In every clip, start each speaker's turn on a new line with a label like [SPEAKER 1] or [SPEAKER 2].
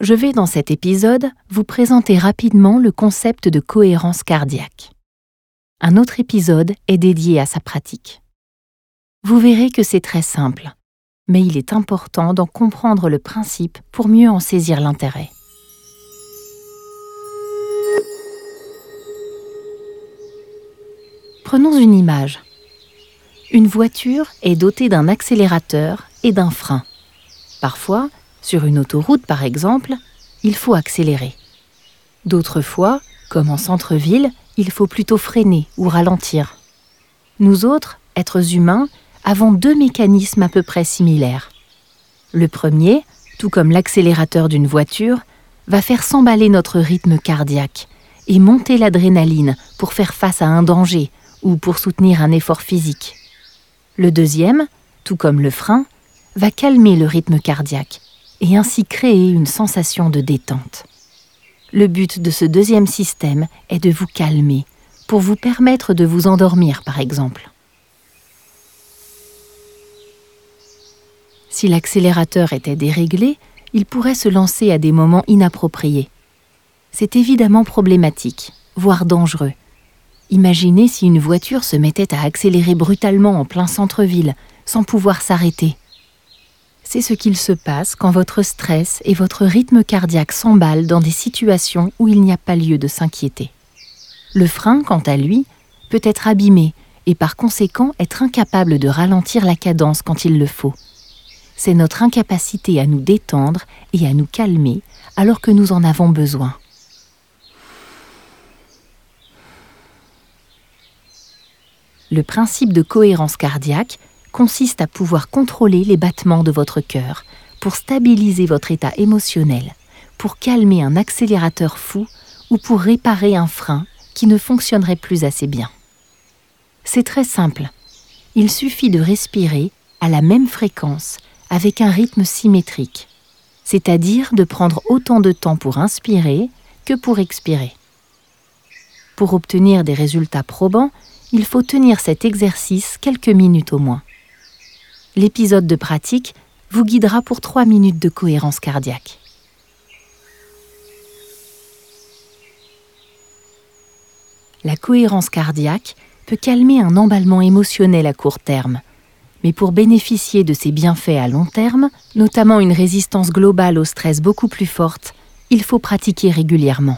[SPEAKER 1] Je vais dans cet épisode vous présenter rapidement le concept de cohérence cardiaque. Un autre épisode est dédié à sa pratique. Vous verrez que c'est très simple, mais il est important d'en comprendre le principe pour mieux en saisir l'intérêt. Prenons une image. Une voiture est dotée d'un accélérateur et d'un frein. Parfois, sur une autoroute par exemple, il faut accélérer. D'autres fois, comme en centre-ville, il faut plutôt freiner ou ralentir. Nous autres, êtres humains, avons deux mécanismes à peu près similaires. Le premier, tout comme l'accélérateur d'une voiture, va faire s'emballer notre rythme cardiaque et monter l'adrénaline pour faire face à un danger ou pour soutenir un effort physique. Le deuxième, tout comme le frein, va calmer le rythme cardiaque et ainsi créer une sensation de détente. Le but de ce deuxième système est de vous calmer, pour vous permettre de vous endormir par exemple. Si l'accélérateur était déréglé, il pourrait se lancer à des moments inappropriés. C'est évidemment problématique, voire dangereux. Imaginez si une voiture se mettait à accélérer brutalement en plein centre-ville, sans pouvoir s'arrêter. C'est ce qu'il se passe quand votre stress et votre rythme cardiaque s'emballent dans des situations où il n'y a pas lieu de s'inquiéter. Le frein, quant à lui, peut être abîmé et par conséquent être incapable de ralentir la cadence quand il le faut. C'est notre incapacité à nous détendre et à nous calmer alors que nous en avons besoin. Le principe de cohérence cardiaque consiste à pouvoir contrôler les battements de votre cœur pour stabiliser votre état émotionnel, pour calmer un accélérateur fou ou pour réparer un frein qui ne fonctionnerait plus assez bien. C'est très simple. Il suffit de respirer à la même fréquence avec un rythme symétrique, c'est-à-dire de prendre autant de temps pour inspirer que pour expirer. Pour obtenir des résultats probants, il faut tenir cet exercice quelques minutes au moins. L'épisode de pratique vous guidera pour 3 minutes de cohérence cardiaque. La cohérence cardiaque peut calmer un emballement émotionnel à court terme, mais pour bénéficier de ses bienfaits à long terme, notamment une résistance globale au stress beaucoup plus forte, il faut pratiquer régulièrement.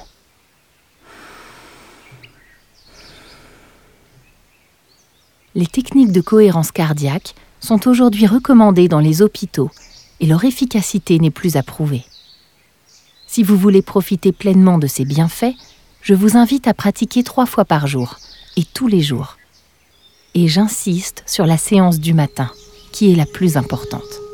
[SPEAKER 1] Les techniques de cohérence cardiaque sont aujourd'hui recommandées dans les hôpitaux et leur efficacité n'est plus à prouver. Si vous voulez profiter pleinement de ces bienfaits, je vous invite à pratiquer 3 fois par jour et tous les jours. Et j'insiste sur la séance du matin, qui est la plus importante.